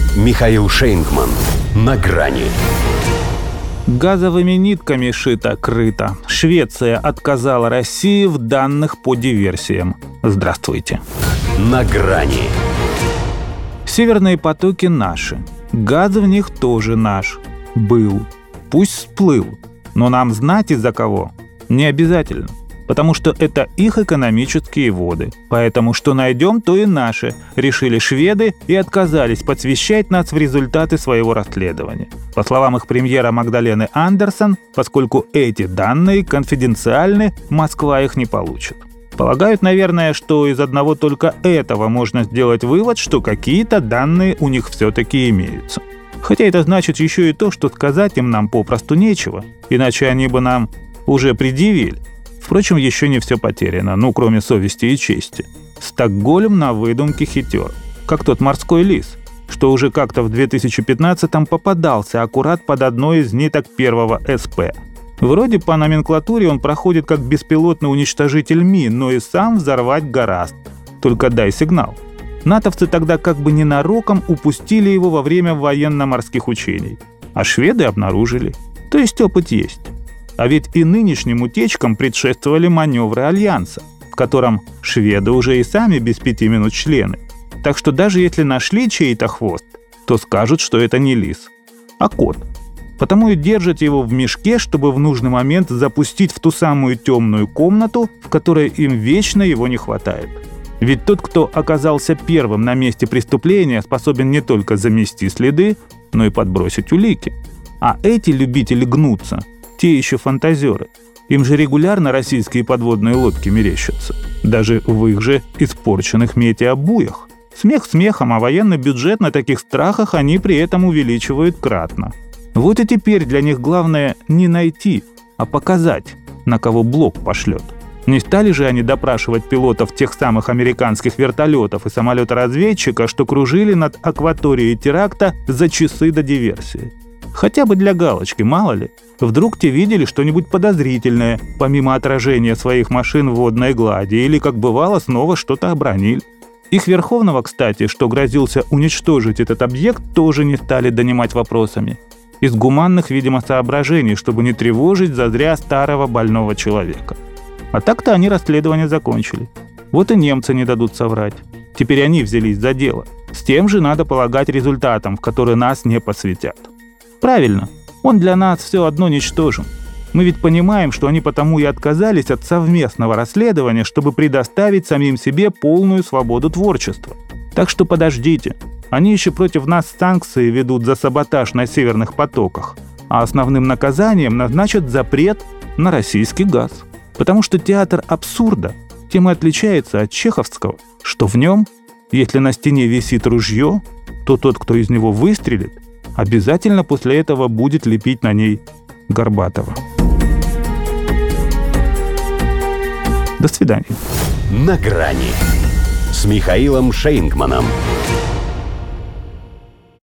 Михаил Шейнгман. На грани. Газовыми нитками шито-крыто. Швеция отказала России в данных по диверсиям. Здравствуйте. На грани. Северные потоки наши. Газ в них тоже наш. Был. Пусть всплыл. Но нам знать из-за кого не обязательно. Потому что это их экономические воды. Поэтому что найдем, то и наши, решили шведы и отказались посвящать нас в результаты своего расследования. По словам их премьера Магдалены Андерсон, поскольку эти данные конфиденциальны, Москва их не получит. Полагают, наверное, что из одного только этого можно сделать вывод, что какие-то данные у них все-таки имеются. Хотя это значит еще и то, что сказать им нам попросту нечего, иначе они бы нам уже предъявили. Впрочем, еще не все потеряно, кроме совести и чести. Стокгольм на выдумке хитер, как тот морской лис, что уже как-то в 2015-м попадался аккурат под одной из ниток первого СП. Вроде по номенклатуре он проходит как беспилотный уничтожитель мин, но и сам взорвать гораст. Только дай сигнал. Натовцы тогда как бы ненароком упустили его во время военно-морских учений. А шведы обнаружили. То есть опыт есть. А ведь и нынешним утечкам предшествовали маневры Альянса, в котором шведы уже и сами без 5 минут члены. Так что даже если нашли чей-то хвост, то скажут, что это не лис, а кот. Потому и держат его в мешке, чтобы в нужный момент запустить в ту самую темную комнату, в которой им вечно его не хватает. Ведь тот, кто оказался первым на месте преступления, способен не только замести следы, но и подбросить улики. А эти любители гнуться – те еще фантазеры. Им же регулярно российские подводные лодки мерещатся. Даже в их же испорченных метеобуях. Смех смехом, а военный бюджет на таких страхах они при этом увеличивают кратно. Вот и теперь для них главное не найти, а показать, на кого блок пошлет. Не стали же они допрашивать пилотов тех самых американских вертолетов и самолета-разведчика, что кружили над акваторией теракта за часы до диверсии. Хотя бы для галочки, мало ли. Вдруг те видели что-нибудь подозрительное, помимо отражения своих машин в водной глади, или, как бывало, снова что-то обронили. Их Верховного, кстати, что грозился уничтожить этот объект, тоже не стали донимать вопросами. Из гуманных, видимо, соображений, чтобы не тревожить зазря старого больного человека. А так-то они расследование закончили. Вот и немцы не дадут соврать. Теперь они взялись за дело. С тем же, надо полагать, результатом, в который нас не посвятят. Правильно, он для нас все одно ничтожен. Мы ведь понимаем, что они потому и отказались от совместного расследования, чтобы предоставить самим себе полную свободу творчества. Так что подождите, они еще против нас санкции ведут за саботаж на северных потоках, а основным наказанием назначат запрет на российский газ. Потому что театр абсурда тем и отличается от чеховского, что в нем, если на стене висит ружье, то тот, кто из него выстрелит, обязательно после этого будет лепить на ней Горбатова. До свидания. На грани с Михаилом Шейнгманом.